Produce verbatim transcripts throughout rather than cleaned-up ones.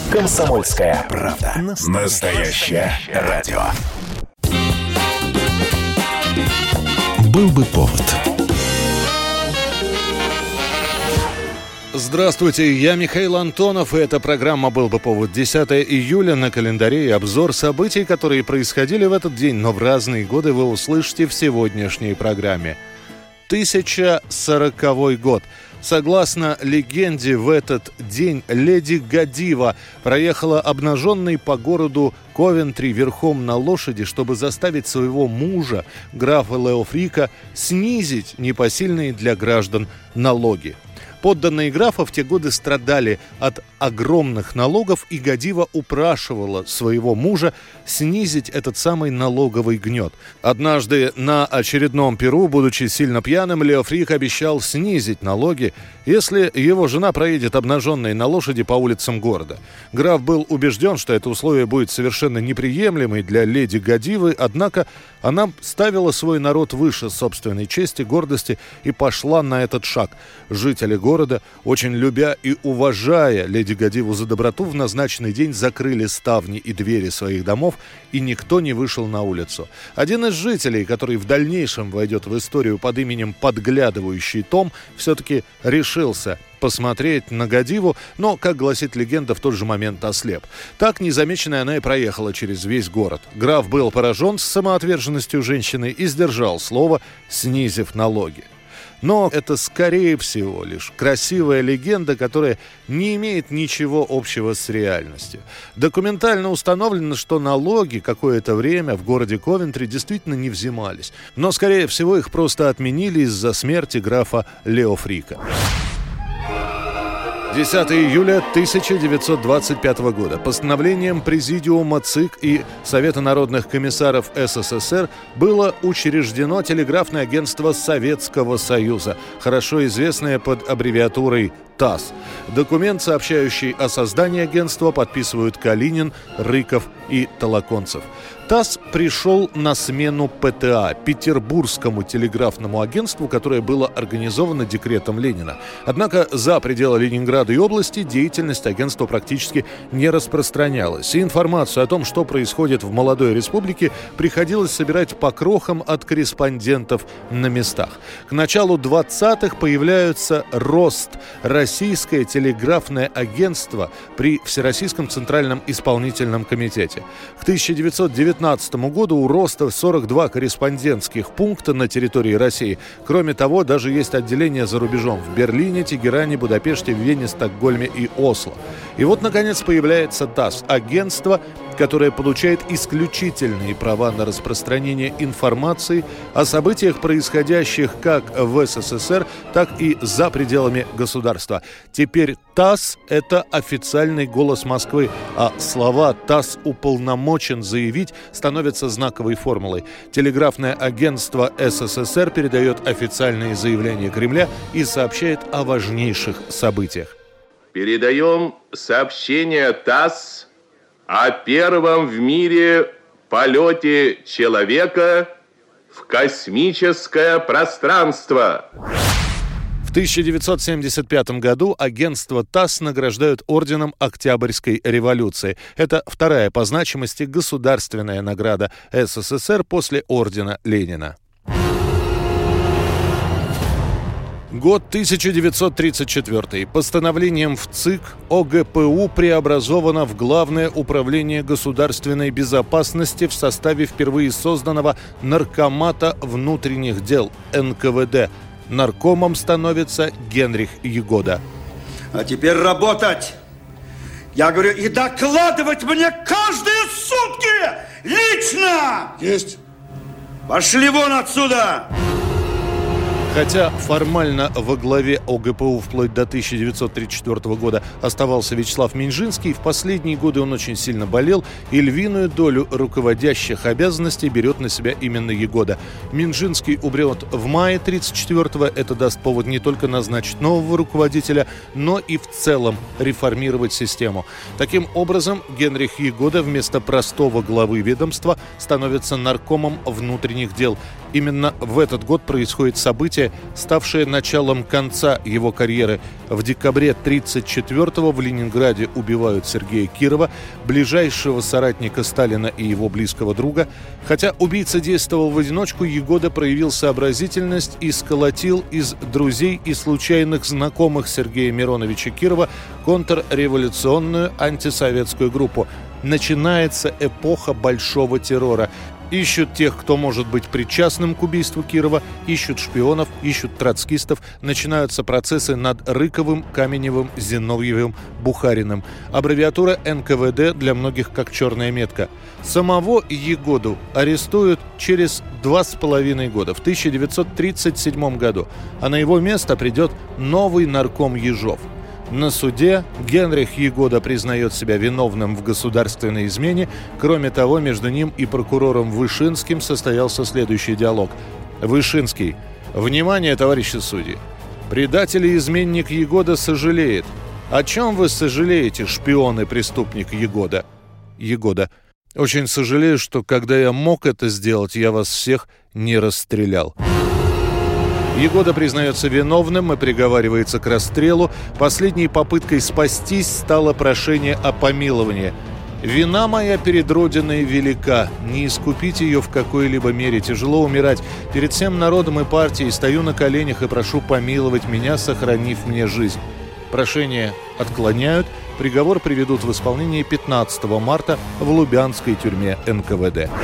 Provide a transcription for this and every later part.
«Комсомольская правда». Настоящее радио. Был бы повод. Здравствуйте, я Михаил Антонов, и эта программа «Был бы повод». десятое июля на календаре, и обзор событий, которые происходили в этот день, но в разные годы, вы услышите в сегодняшней программе. тысяча сороковой год. Согласно легенде, в этот день леди Годива проехала обнаженной по городу Ковентри верхом на лошади, чтобы заставить своего мужа, графа Леофрика, снизить непосильные для граждан налоги. Подданные графа в те годы страдали от огромных налогов, и Годива упрашивала своего мужа снизить этот самый налоговый гнет. Однажды на очередном пиру, будучи сильно пьяным, Леофрик обещал снизить налоги, если его жена проедет обнаженной на лошади по улицам города. Граф был убежден, что это условие будет совершенно неприемлемой для леди Годивы, однако она ставила свой народ выше собственной чести, гордости и пошла на этот шаг. Жители города, очень любя и уважая леди Годиву за доброту, в назначенный день закрыли ставни и двери своих домов, и никто не вышел на улицу. Один из жителей, который в дальнейшем войдет в историю под именем «Подглядывающий Том», все-таки решился посмотреть на Годиву, но, как гласит легенда, в тот же момент ослеп. Так, незамеченная, она и проехала через весь город. Граф был поражен самоотверженностью женщины и сдержал слово, снизив налоги. Но это, скорее всего, лишь красивая легенда, которая не имеет ничего общего с реальностью. Документально установлено, что налоги какое-то время в городе Ковентри действительно не взимались. Но, скорее всего, их просто отменили из-за смерти графа Леофрика. десятое июля тысяча девятьсот двадцать пятого года. Постановлением Президиума ЦИК и Совета народных комиссаров СССР было учреждено телеграфное агентство Советского Союза, хорошо известное под аббревиатурой ТАСС. Документ, сообщающий о создании агентства, подписывают Калинин, Рыков и Толоконцев. ТАСС пришел на смену ПТА, Петербургскому телеграфному агентству, которое было организовано декретом Ленина. Однако за пределы Ленинграда и области деятельность агентства практически не распространялась. И информацию о том, что происходит в молодой республике, приходилось собирать по крохам от корреспондентов на местах. К началу двадцатых появляется РОСТ, Российское телеграфное агентство при Всероссийском Центральном исполнительном комитете. К тысяча девятьсот девятнадцатому году у РОСТа сорок два корреспондентских пункта на территории России. Кроме того, даже есть отделения за рубежом в Берлине, Тегеране, Будапеште, Вене, Стокгольме и Осло. И вот, наконец, появляется ТАСС, агентство, которое получает исключительные права на распространение информации о событиях, происходящих как в СССР, так и за пределами государства. Теперь ТАСС – это официальный голос Москвы, а слова «ТАСС уполномочен заявить» становятся знаковой формулой. Телеграфное агентство СССР передает официальные заявления Кремля и сообщает о важнейших событиях. Передаем сообщение ТАСС о первом в мире полете человека в космическое пространство. В тысяча девятьсот семьдесят пятом году агентство ТАСС награждают орденом Октябрьской революции. Это вторая по значимости государственная награда СССР после ордена Ленина. Год тысяча девятьсот тридцать четвёртый. Постановлением в ЦИК ОГПУ преобразовано в Главное управление государственной безопасности в составе впервые созданного Наркомата внутренних дел эн ка вэ дэ. Наркомом становится Генрих Ягода. А теперь работать! Я говорю, и докладывать мне каждые сутки! Лично! Есть! Пошли вон отсюда! Хотя формально во главе ОГПУ вплоть до тысяча девятьсот тридцать четвёртого года оставался Вячеслав Минжинский, в последние годы он очень сильно болел, и львиную долю руководящих обязанностей берет на себя именно Ягода. Минжинский умрет в мае тридцать четвёртого, это даст повод не только назначить нового руководителя, но и в целом реформировать систему. Таким образом, Генрих Ягода вместо простого главы ведомства становится наркомом внутренних дел. Именно в этот год происходит событие, событие, ставшее началом конца его карьеры. В декабре тридцать четвёртого в Ленинграде убивают Сергея Кирова, ближайшего соратника Сталина и его близкого друга. Хотя убийца действовал в одиночку, Ягода проявил сообразительность и сколотил из друзей и случайных знакомых Сергея Мироновича Кирова контрреволюционную антисоветскую группу. Начинается эпоха большого террора. Ищут тех, кто может быть причастным к убийству Кирова, ищут шпионов, ищут троцкистов. Начинаются процессы над Рыковым, Каменевым, Зиновьевым, Бухариным. Аббревиатура эн ка вэ дэ для многих как черная метка. Самого Ягоду арестуют через два с половиной года, в тысяча девятьсот тридцать седьмом году, а на его место придет новый нарком Ежов. На суде Генрих Ягода признает себя виновным в государственной измене. Кроме того, между ним и прокурором Вышинским состоялся следующий диалог. Вышинский. Внимание, товарищи судьи. Предатель и изменник Ягода сожалеет. О чем вы сожалеете, шпион и преступник Ягода? Ягода. Очень сожалею, что когда я мог это сделать, я вас всех не расстрелял. Ягода признается виновным и приговаривается к расстрелу. Последней попыткой спастись стало прошение о помиловании. «Вина моя перед Родиной велика, не искупить ее в какой-либо мере, тяжело умирать. Перед всем народом и партией стою на коленях и прошу помиловать меня, сохранив мне жизнь». Прошение отклоняют, приговор приведут в исполнение пятнадцатого марта в Лубянской тюрьме эн ка вэ дэ.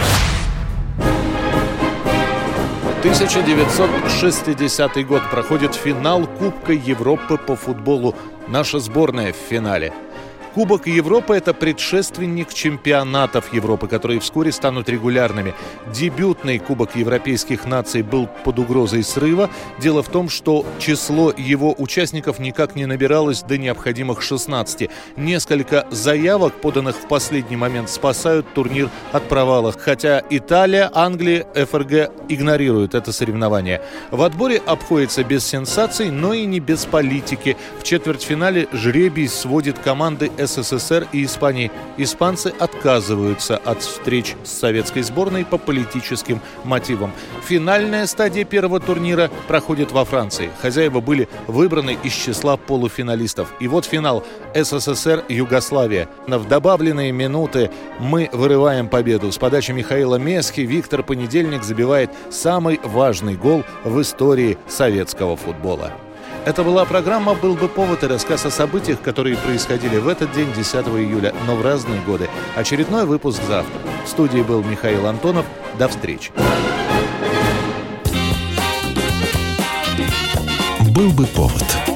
тысяча девятьсот шестидесятый год. Проходит финал Кубка Европы по футболу. Наша сборная в финале. Кубок Европы – это предшественник чемпионатов Европы, которые вскоре станут регулярными. Дебютный Кубок европейских наций был под угрозой срыва. Дело в том, что число его участников никак не набиралось до необходимых шестнадцати. Несколько заявок, поданных в последний момент, спасают турнир от провала. Хотя Италия, Англия, эф эр гэ игнорируют это соревнование. В отборе обходится без сенсаций, но и не без политики. В четвертьфинале жребий сводит команды эс эс эс эр и Испании. Испанцы отказываются от встреч с советской сборной по политическим мотивам. Финальная стадия первого турнира проходит во Франции. Хозяева были выбраны из числа полуфиналистов. И вот финал. эс эс эс эр Югославия. В добавленные минуты мы вырываем победу. С подачи Михаила Месхи Виктор Понедельник забивает самый важный гол в истории советского футбола. Это была программа «Был бы повод» и рассказ о событиях, которые происходили в этот день, десятого июля, но в разные годы. Очередной выпуск завтра. В студии был Михаил Антонов. До встречи. «Был бы повод».